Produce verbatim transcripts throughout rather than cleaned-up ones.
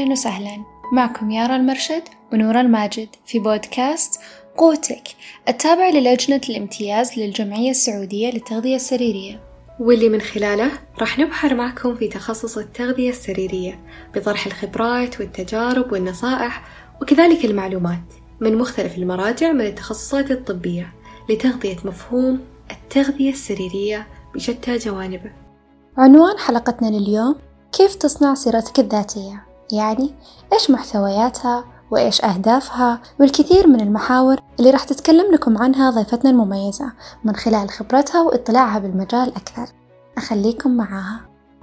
أهلا وسهلا، معكم يارا المرشد ونورا الماجد في بودكاست قوتك التابع للجنة الامتياز للجمعية السعودية للتغذية السريرية، واللي من خلاله راح نبحر معكم في تخصص التغذية السريرية بطرح الخبرات والتجارب والنصائح وكذلك المعلومات من مختلف المراجع من التخصصات الطبية لتغذية مفهوم التغذية السريرية بشتى جوانبه. عنوان حلقتنا لليوم: كيف تصنع سيرتك الذاتية؟ يعني إيش محتوياتها وإيش أهدافها، والكثير من المحاور اللي راح تتكلم لكم عنها ضيفتنا المميزة من خلال خبرتها واطلاعها بالمجال أكثر. أخليكم معاها.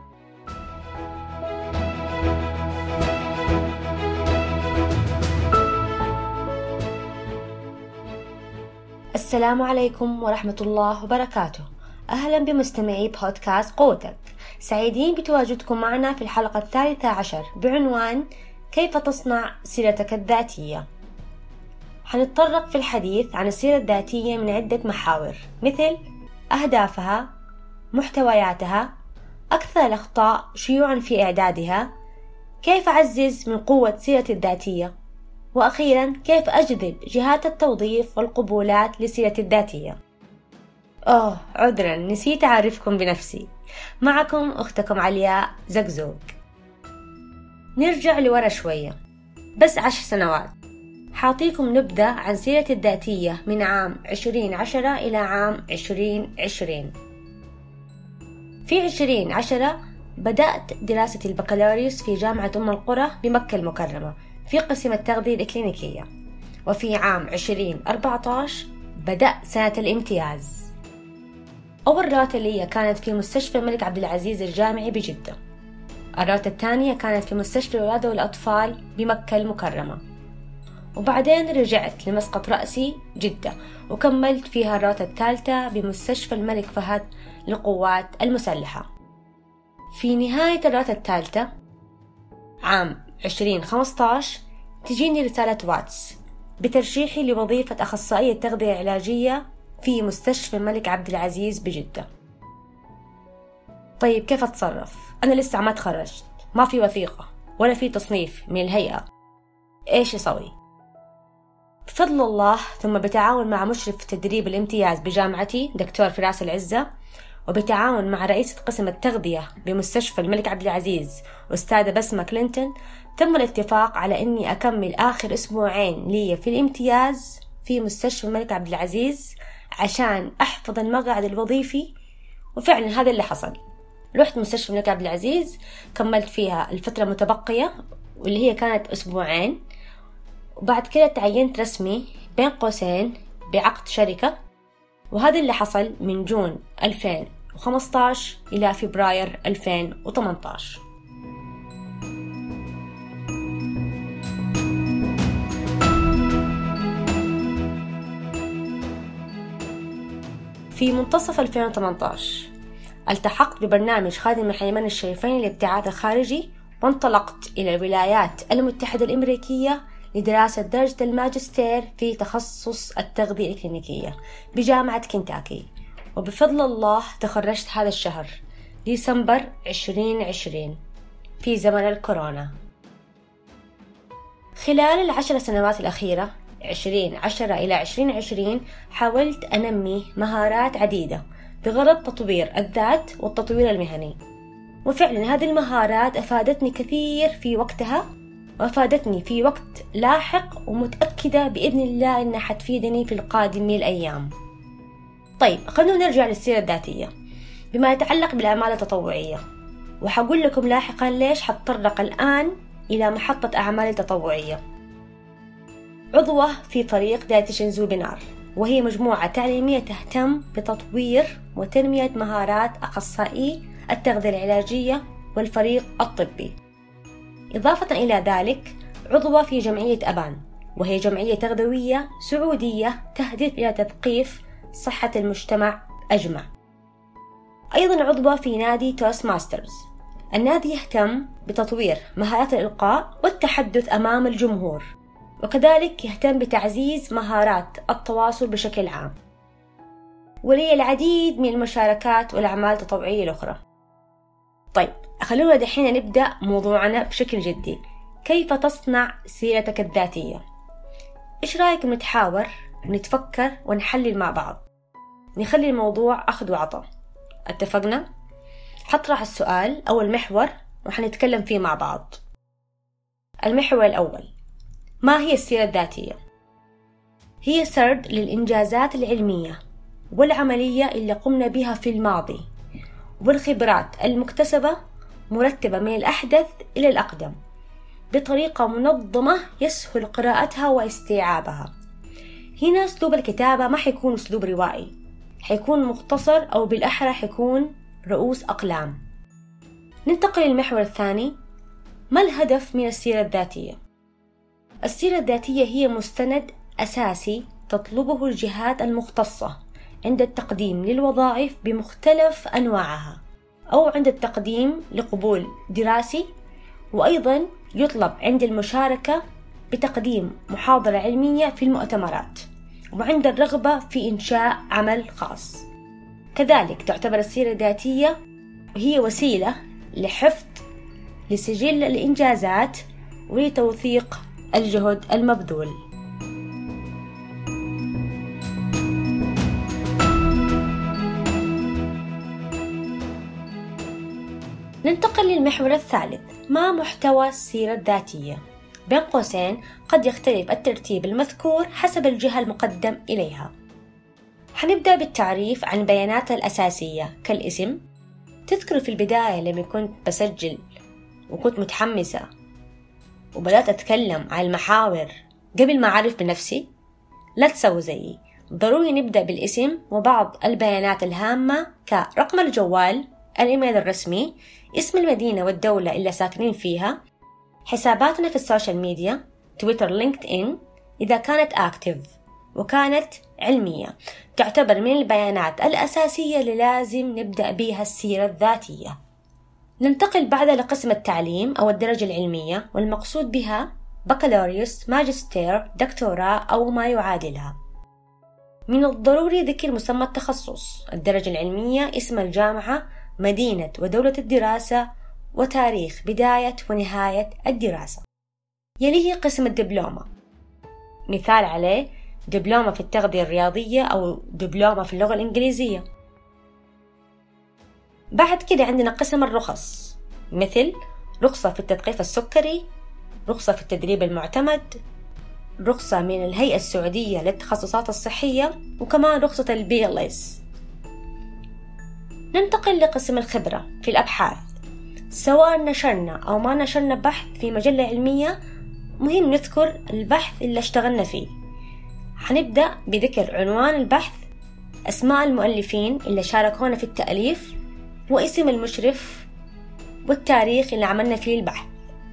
السلام عليكم ورحمة الله وبركاته. أهلا بمستمعي بودكاست قوتك، سعيدين بتواجدكم معنا في الحلقة الثالثة عشر بعنوان كيف تصنع سيرتك الذاتية. حنتطرق في الحديث عن السيرة الذاتية من عدة محاور، مثل أهدافها، محتوياتها، أكثر الأخطاء شيوعا في إعدادها، كيف أعزز من قوة سيرتي الذاتية، وأخيرا كيف أجذب جهات التوظيف والقبولات لسيرتي الذاتية. أوه عذرا، نسيت أعرفكم بنفسي، معكم أختكم علياء زقزوق. نرجع لورا شوية، بس عشر سنوات، حاعطيكم نبذة عن سيرتي الذاتية من عام عشرين عشرة إلى عام عشرين عشرين. في عشرين عشرة بدأت دراسة البكالوريوس في جامعة أم القرى بمكة المكرمة في قسم التغذية الإكلينيكية، وفي عام عشرين أربعة عشر بدأت سنة الامتياز. أول راتة لي كانت في مستشفى الملك عبد العزيز الجامعي بجدة، الراتة الثانية كانت في مستشفى الولادة والأطفال بمكة المكرمة، وبعدين رجعت لمسقط رأسي جدة وكملت فيها الراتة الثالثة بمستشفى الملك فهد للقوات المسلحة. في نهاية الراتة الثالثة عام عشرين خمسة عشر تجيني رسالة واتس بترشيحي لوظيفة أخصائية تغذية علاجية في مستشفى الملك عبد العزيز بجدة. طيب كيف أتصرف؟ أنا لسه ما تخرجت، ما في وثيقة ولا في تصنيف من الهيئة، إيش أسوي؟ بفضل الله ثم بتعاون مع مشرف تدريب الامتياز بجامعتي دكتور فراس العزة، وبتعاون مع رئيسة قسم التغذية بمستشفى الملك عبد العزيز أستاذة بسمة كلينتون، تم الاتفاق على أني أكمل آخر أسبوعين لي في الامتياز في مستشفى الملك عبد العزيز عشان أحفظ المقعد الوظيفي. وفعلا هذا اللي حصل، رحت مستشفى الملك عبد العزيز، كملت فيها الفترة المتبقية واللي هي كانت أسبوعين، وبعد كده تعينت رسمي بين قوسين بعقد شركة، وهذا اللي حصل من جون ألفين وخمسة عشر إلى فبراير ألفين وثمانية عشر. في منتصف ألفين وثمانية عشر التحقت ببرنامج خادم الحرمين الشريفين للابتعاث الخارجي، وانطلقت إلى الولايات المتحدة الأمريكية لدراسة درجة الماجستير في تخصص التغذية الإكلينيكية بجامعة كنتاكي، وبفضل الله تخرجت هذا الشهر ديسمبر عشرين عشرين في زمن الكورونا. خلال العشر سنوات الأخيرة عشرين عشرة إلى عشرين عشرين حاولت أنمي مهارات عديدة بغرض تطوير الذات والتطوير المهني، وفعلا هذه المهارات أفادتني كثير في وقتها وأفادتني في وقت لاحق، ومتأكدة بإذن الله أنها حتفيدني في القادم من الأيام. طيب خلونا نرجع للسيرة الذاتية بما يتعلق بالأعمال التطوعية، وحقول لكم لاحقا ليش حتطرق الآن إلى محطة أعمال التطوعية. عضوة في فريق دايتيشنز ويبينار، وهي مجموعة تعليمية تهتم بتطوير وتنمية مهارات أخصائي التغذية العلاجية والفريق الطبي. إضافة إلى ذلك عضوة في جمعية أبان، وهي جمعية تغذوية سعودية تهدف إلى تثقيف صحة المجتمع أجمع. أيضا عضوة في نادي توست ماسترز، النادي يهتم بتطوير مهارات الإلقاء والتحدث أمام الجمهور، وكذلك يهتم بتعزيز مهارات التواصل بشكل عام. ولي العديد من المشاركات والأعمال التطوعية الأخرى. طيب خلونا دحين نبدأ موضوعنا بشكل جدي. كيف تصنع سيرتك الذاتية؟ إيش رأيك نتحاور ونتفكر ونحلل مع بعض، نخلي الموضوع أخذ وعطاء؟ اتفقنا؟ حطرح السؤال أو المحور وحنتكلم فيه مع بعض. المحور الأول: ما هي السيرة الذاتية؟ هي سرد للإنجازات العلمية والعملية اللي قمنا بها في الماضي، والخبرات المكتسبة مرتبة من الأحدث إلى الأقدم بطريقة منظمة يسهل قراءتها واستيعابها. هنا أسلوب الكتابة ما حيكون أسلوب روائي، حيكون مختصر أو بالأحرى حيكون رؤوس أقلام. ننتقل للمحور الثاني: ما الهدف من السيرة الذاتية؟ السيرة الذاتية هي مستند أساسي تطلبه الجهات المختصة عند التقديم للوظائف بمختلف أنواعها، أو عند التقديم لقبول دراسي، وأيضا يطلب عند المشاركة بتقديم محاضرة علمية في المؤتمرات، وعند الرغبة في إنشاء عمل خاص. كذلك تعتبر السيرة الذاتية هي وسيلة لحفظ لسجل الإنجازات ولتوثيق الجهد المبذول. ننتقل للمحور الثالث: ما محتوى السيرة الذاتية؟ بين قوسين قد يختلف الترتيب المذكور حسب الجهة المقدم إليها. حنبدأ بالتعريف عن بياناتها الأساسية كالاسم. تذكر في البداية لما كنت بسجل وكنت متحمسة وبدأت أتكلم عن المحاور قبل ما أعرف بنفسي؟ لا تسوي زيي، ضروري نبدأ بالاسم وبعض البيانات الهامة كرقم الجوال، الإيميل الرسمي، اسم المدينة والدولة اللي ساكنين فيها، حساباتنا في السوشيال ميديا، تويتر، لينكد إن إذا كانت أكتيف وكانت علمية، تعتبر من البيانات الأساسية اللي لازم نبدأ بها السيرة الذاتية. ننتقل بعدها لقسم التعليم أو الدرجة العلمية، والمقصود بها بكالوريوس، ماجستير، دكتوراه أو ما يعادلها. من الضروري ذكر مسمى التخصص، الدرجة العلمية، اسم الجامعة، مدينة ودولة الدراسة، وتاريخ بداية ونهاية الدراسة. يليه قسم الدبلومة، مثال عليه دبلومة في التغذية الرياضية أو دبلومة في اللغة الإنجليزية. بعد كده عندنا قسم الرخص، مثل رخصة في التثقيف السكري، رخصة في التدريب المعتمد، رخصة من الهيئة السعودية للتخصصات الصحية، وكمان رخصة البي ال إس. ننتقل لقسم الخبرة في الأبحاث، سواء نشرنا أو ما نشرنا بحث في مجلة علمية، مهم نذكر البحث اللي اشتغلنا فيه. حنبدأ بذكر عنوان البحث، أسماء المؤلفين اللي شاركونا في التأليف، واسم المشرف، والتاريخ اللي عملنا فيه البحث.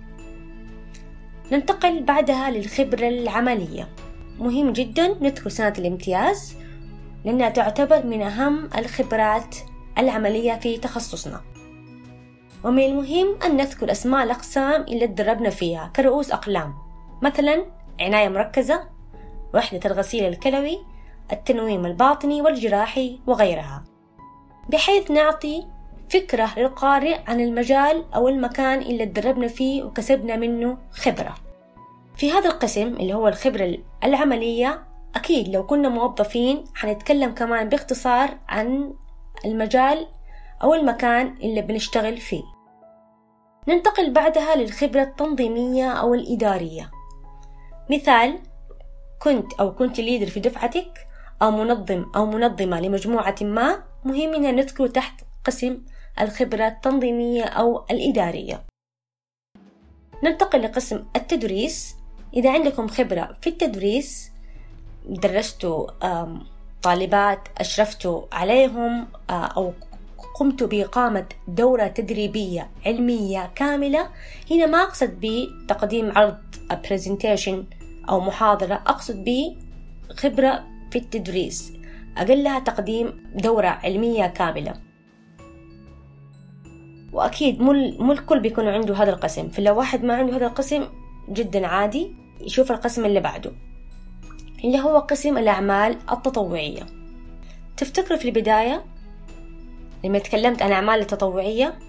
ننتقل بعدها للخبرة العملية، مهم جدا نذكر سنة الامتياز لأنها تعتبر من أهم الخبرات العملية في تخصصنا. ومن المهم أن نذكر أسماء الأقسام اللي تدربنا فيها كرؤوس أقلام، مثلا عناية مركزة، وحدة الغسيل الكلوي، التنويم الباطني والجراحي وغيرها، بحيث نعطي فكرة للقارئ عن المجال أو المكان اللي تدربنا فيه وكسبنا منه خبرة. في هذا القسم اللي هو الخبرة العملية، أكيد لو كنا موظفين حنتكلم كمان باختصار عن المجال أو المكان اللي بنشتغل فيه. ننتقل بعدها للخبرة التنظيمية أو الإدارية، مثال كنت أو كنت ليدر في دفعتك، أو منظم أو منظمة لمجموعة ما، مهم أن نذكر تحت قسم الخبرة التنظيمية أو الإدارية. ننتقل لقسم التدريس، إذا عندكم خبرة في التدريس، درستوا طالبات، أشرفتوا عليهم، أو قمت بإقامة دورة تدريبية علمية كاملة، هنا ما أقصد بتقديم عرض presentation أو محاضرة، أقصد بخبرة في التدريس، أقلها تقديم دورة علمية كاملة. وأكيد مو الكل بيكون عنده هذا القسم، فلو واحد ما عنده هذا القسم جدا عادي يشوف القسم اللي بعده اللي هو قسم الأعمال التطوعية. تفتكروا في البداية لما تكلمت عن أعمال التطوعية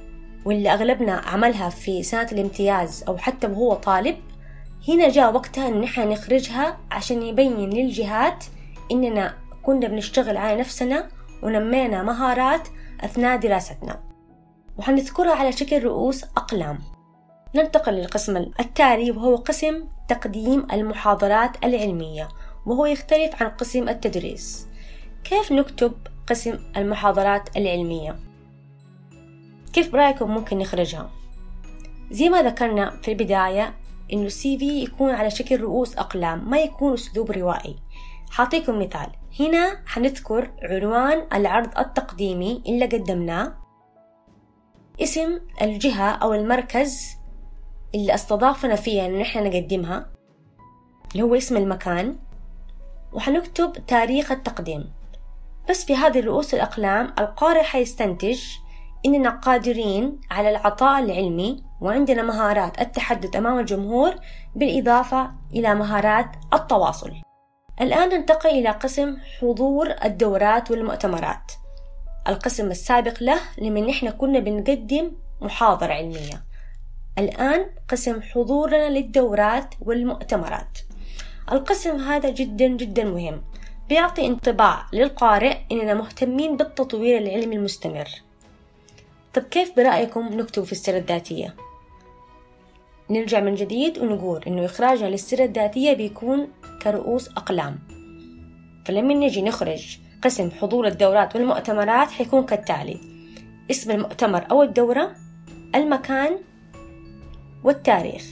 واللي أغلبنا عملها في سنة الامتياز أو حتى وهو طالب، هنا جاء وقتها إن نحن نخرجها عشان يبين للجهات إننا كنا بنشتغل على نفسنا ونمينا مهارات أثناء دراستنا، وحنذكرها على شكل رؤوس أقلام. ننتقل للقسم التالي وهو قسم تقديم المحاضرات العلمية، وهو يختلف عن قسم التدريس. كيف نكتب قسم المحاضرات العلمية؟ كيف برأيكم ممكن نخرجها؟ زي ما ذكرنا في البداية إنه السي في يكون على شكل رؤوس أقلام، ما يكون أسلوب روائي. حاعطيكم مثال. هنا حنذكر عنوان العرض التقديمي اللي قدمناه، اسم الجهة أو المركز اللي استضافنا فيها إن نحن نقدمها اللي هو اسم المكان، وحنكتب تاريخ التقديم. بس في هذه الرؤوس الأقلام القارئ حيستنتج إننا قادرين على العطاء العلمي وعندنا مهارات التحدث أمام الجمهور بالإضافة إلى مهارات التواصل. الآن ننتقل إلى قسم حضور الدورات والمؤتمرات، القسم السابق له لمن نحن كنا بنقدم محاضرة علمية. الآن قسم حضورنا للدورات والمؤتمرات. القسم هذا جدا جدا مهم، بيعطي انطباع للقارئ إننا مهتمين بالتطوير العلمي المستمر. طب كيف برأيكم نكتب في السيرة الذاتية؟ نرجع من جديد ونقول إنه إخراجنا للسيرة الذاتية بيكون كرؤوس أقلام. فلما نجي نخرج قسم حضور الدورات والمؤتمرات حيكون كالتالي: اسم المؤتمر أو الدورة، المكان، والتاريخ.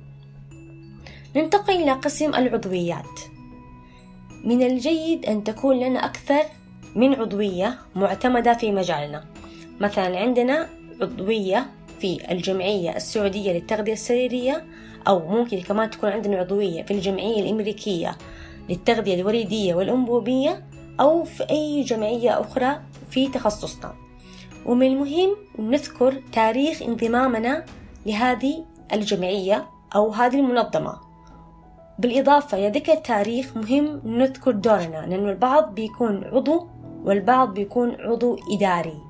ننتقل إلى قسم العضويات. من الجيد أن تكون لنا أكثر من عضوية معتمدة في مجالنا. مثلا عندنا عضوية في الجمعية السعودية للتغذية السريرية، أو ممكن كمان تكون عندنا عضوية في الجمعية الأمريكية للتغذية الوريدية والأنبوبية، أو في أي جمعية أخرى في تخصصنا. ومن المهم نذكر تاريخ انضمامنا لهذه الجمعية أو هذه المنظمة. بالإضافة إلى ذكر التاريخ مهم نذكر دورنا، لأن البعض بيكون عضو والبعض بيكون عضو إداري.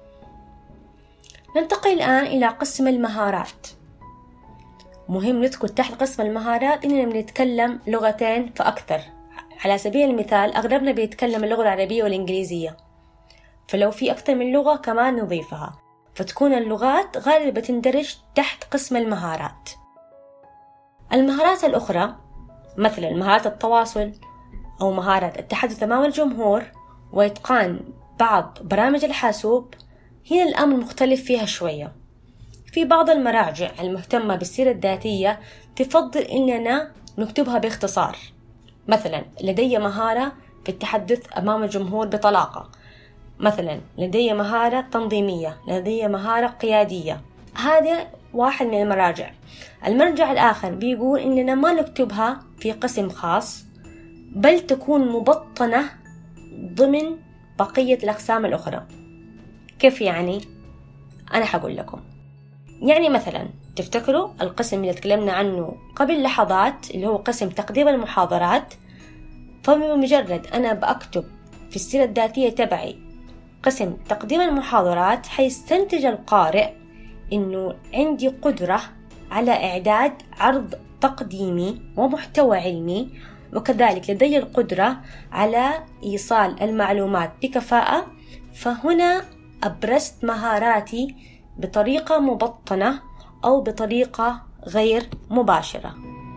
ننتقل الآن إلى قسم المهارات. مهم نذكر تحت قسم المهارات إننا بنتكلم لغتين فأكثر. على سبيل المثال أغلبنا بيتكلم اللغة العربية والإنجليزية، فلو في أكثر من لغة كمان نضيفها، فتكون اللغات غالبا تندرج تحت قسم المهارات. المهارات الأخرى مثل مهارات التواصل أو مهارة التحدث أمام الجمهور وإتقان بعض برامج الحاسوب، هنا الأمر مختلف فيها شوية. في بعض المراجع المهتمة بالسيرة الذاتية تفضل إننا نكتبها باختصار، مثلا لدي مهارة في التحدث أمام الجمهور بطلاقة، مثلا لدي مهارة تنظيمية، لدي مهارة قيادية. هذا واحد من المراجع. المرجع الآخر بيقول إننا ما نكتبها في قسم خاص، بل تكون مبطنة ضمن بقية الأقسام الأخرى. كيف يعني؟ أنا حقول لكم. يعني مثلا تفتكروا القسم اللي تكلمنا عنه قبل لحظات اللي هو قسم تقديم المحاضرات، فبمجرد أنا بأكتب في السيرة الذاتية تبعي قسم تقديم المحاضرات حيستنتج القارئ إنه عندي قدرة على إعداد عرض تقديمي ومحتوى علمي، وكذلك لدي القدرة على إيصال المعلومات بكفاءة. فهنا أبرزت مهاراتي بطريقة مبطنة أو بطريقة غير مباشرة.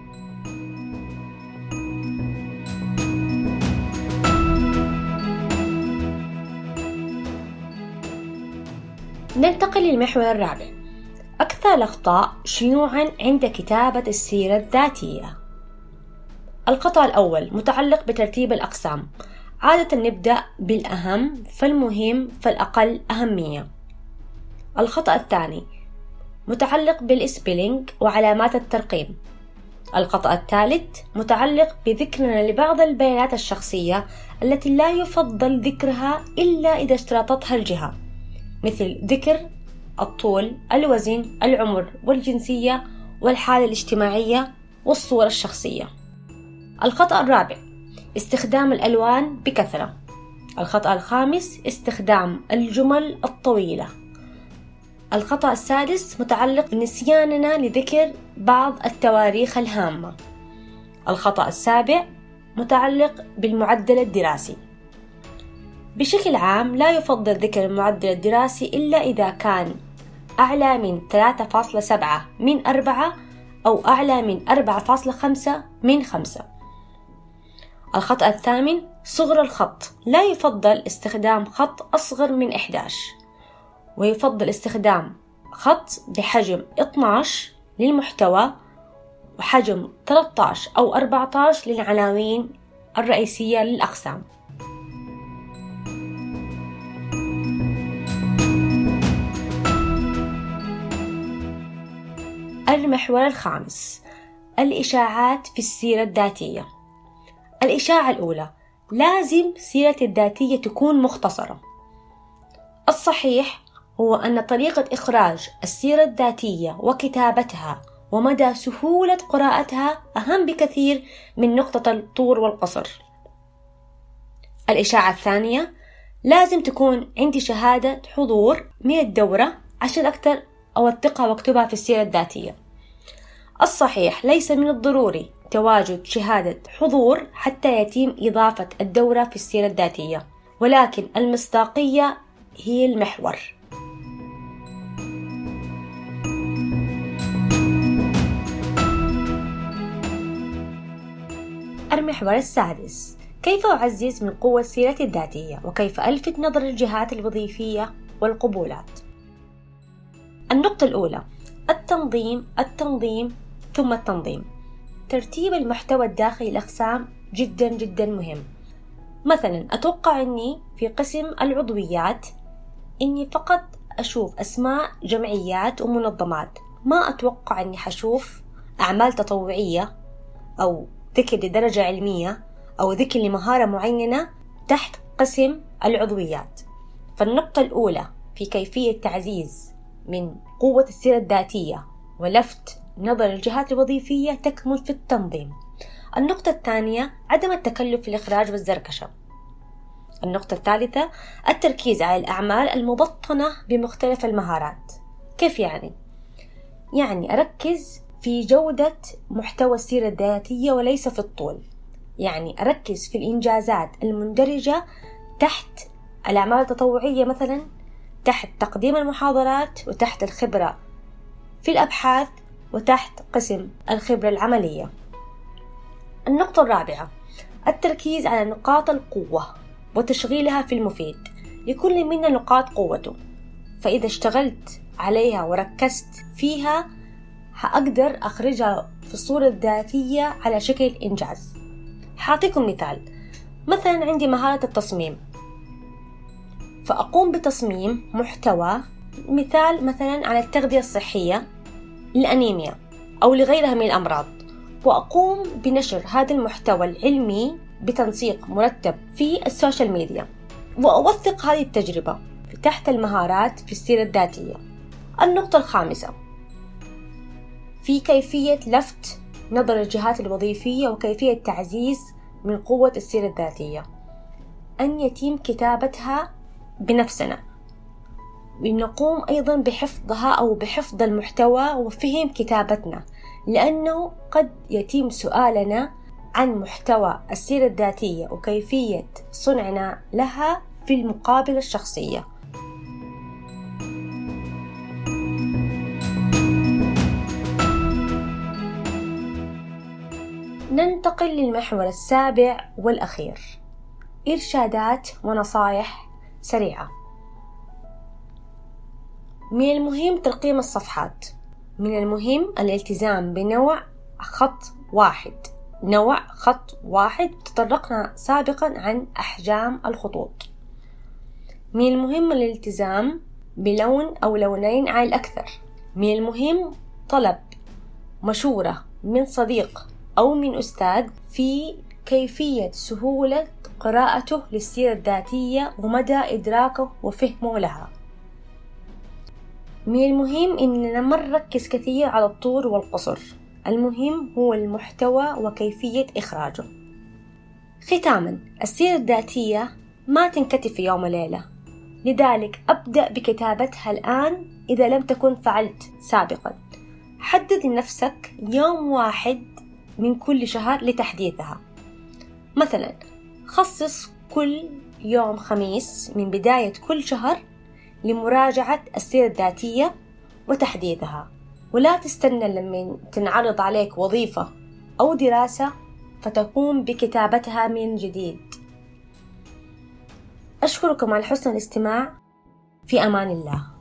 ننتقل للمحور الرابع، أكثر الأخطاء شيوعاً عند كتابة السيرة الذاتية. الخطأ الأول متعلق بترتيب الأقسام. عادة نبدأ بالأهم فالمهم فالأقل أهمية. الخطأ الثاني متعلق بالإسبيلينج وعلامات الترقيم. الخطأ الثالث متعلق بذكرنا لبعض البيانات الشخصية التي لا يفضل ذكرها إلا إذا اشترطتها الجهة، مثل ذكر الطول، الوزن، العمر، والجنسية، والحالة الاجتماعية، والصورة الشخصية. الخطأ الرابع استخدام الألوان بكثرة. الخطأ الخامس استخدام الجمل الطويلة. الخطأ السادس متعلق بنسياننا لذكر بعض التواريخ الهامة. الخطأ السابع متعلق بالمعدل الدراسي. بشكل عام لا يفضل ذكر المعدل الدراسي إلا إذا كان أعلى من ثلاثة فاصلة سبعة من أربعة أو أعلى من أربعة فاصلة خمسة من خمسة. الخطأ الثامن صغر الخط. لا يفضل استخدام خط أصغر من إحدى عشر، ويفضل استخدام خط بحجم اثني عشر للمحتوى وحجم ثلاثة عشر أو أربعة عشر للعناوين الرئيسية للأقسام. المحور الخامس: الإشاعات في السيرة الذاتية. الإشاعة الأولى: لازم سيرة الذاتية تكون مختصرة. الصحيح هو أن طريقة إخراج السيرة الذاتية وكتابتها ومدى سهولة قراءتها أهم بكثير من نقطة الطول والقصر. الإشاعة الثانية: لازم تكون عندي شهادة حضور من الدورة عشان أقدر أوثقها واكتبها في السيرة الذاتية. الصحيح ليس من الضروري تواجد شهادة حضور حتى يتم إضافة الدورة في السيرة الذاتية، ولكن المصداقية هي المحور. المحور السادس: كيف أعزز من قوة سيرتي الذاتية وكيف ألفت نظر الجهات الوظيفية والقبولات. النقطة الأولى: التنظيم التنظيم ثم التنظيم. ترتيب المحتوى الداخلي الأقسام جدا جدا مهم. مثلا أتوقع أني في قسم العضويات أني فقط أشوف أسماء جمعيات ومنظمات، ما أتوقع أني حشوف أعمال تطوعية أو ذكر لدرجة علمية أو ذكر لمهارة معينة تحت قسم العضويات. فالنقطة الأولى في كيفية تعزيز من قوة السيرة الذاتية ولفت نظر الجهات الوظيفية تكمن في التنظيم. النقطة الثانية: عدم التكلف في الإخراج والزركشة. النقطة الثالثة: التركيز على الأعمال المبطنة بمختلف المهارات. كيف يعني؟ يعني أركز في جودة محتوى السيرة الذاتية وليس في الطول. يعني أركز في الإنجازات المندرجة تحت الأعمال التطوعية، مثلا تحت تقديم المحاضرات وتحت الخبرة في الأبحاث وتحت قسم الخبرة العملية. النقطة الرابعة: التركيز على نقاط القوة وتشغيلها في المفيد. لكل منا نقاط قوته، فإذا اشتغلت عليها وركزت فيها هأقدر أخرجها في الصورة الذاتية على شكل إنجاز. حاعطيكم مثال. مثلا عندي مهارة التصميم، فأقوم بتصميم محتوى، مثال مثلا على التغذية الصحية للأنيميا أو لغيرها من الأمراض، وأقوم بنشر هذا المحتوى العلمي بتنسيق مرتب في السوشيال ميديا، وأوثق هذه التجربة تحت المهارات في السيرة الذاتية. النقطة الخامسة في كيفية لفت نظر الجهات الوظيفية وكيفية تعزيز من قوة السيرة الذاتية: أن يتم كتابتها بنفسنا، ونقوم أيضا بحفظها أو بحفظ المحتوى وفهم كتابتنا، لأنه قد يتم سؤالنا عن محتوى السيرة الذاتية وكيفية صنعنا لها في المقابلة الشخصية. ننتقل للمحور السابع والأخير: إرشادات ونصائح سريعة. من المهم ترقيم الصفحات. من المهم الالتزام بنوع خط واحد. نوع خط واحد تطرقنا سابقا عن أحجام الخطوط. من المهم الالتزام بلون أو لونين على الأكثر. من المهم طلب مشورة من صديق أو من أستاذ في كيفية سهولة قراءته للسيرة الذاتية ومدى إدراكه وفهمه لها. من المهم إننا ما نركز كثير على الطول والقصر، المهم هو المحتوى وكيفية إخراجه. ختاما، السيرة الذاتية ما تنكتب في يوم وليلة، لذلك أبدأ بكتابتها الآن إذا لم تكن فعلت سابقا. حدد لنفسك يوم واحد من كل شهر لتحديثها. مثلا خصص كل يوم خميس من بداية كل شهر لمراجعة السيرة الذاتية وتحديثها، ولا تستنى لما تنعرض عليك وظيفة أو دراسة فتقوم بكتابتها من جديد. أشكركم على حسن الاستماع. في أمان الله.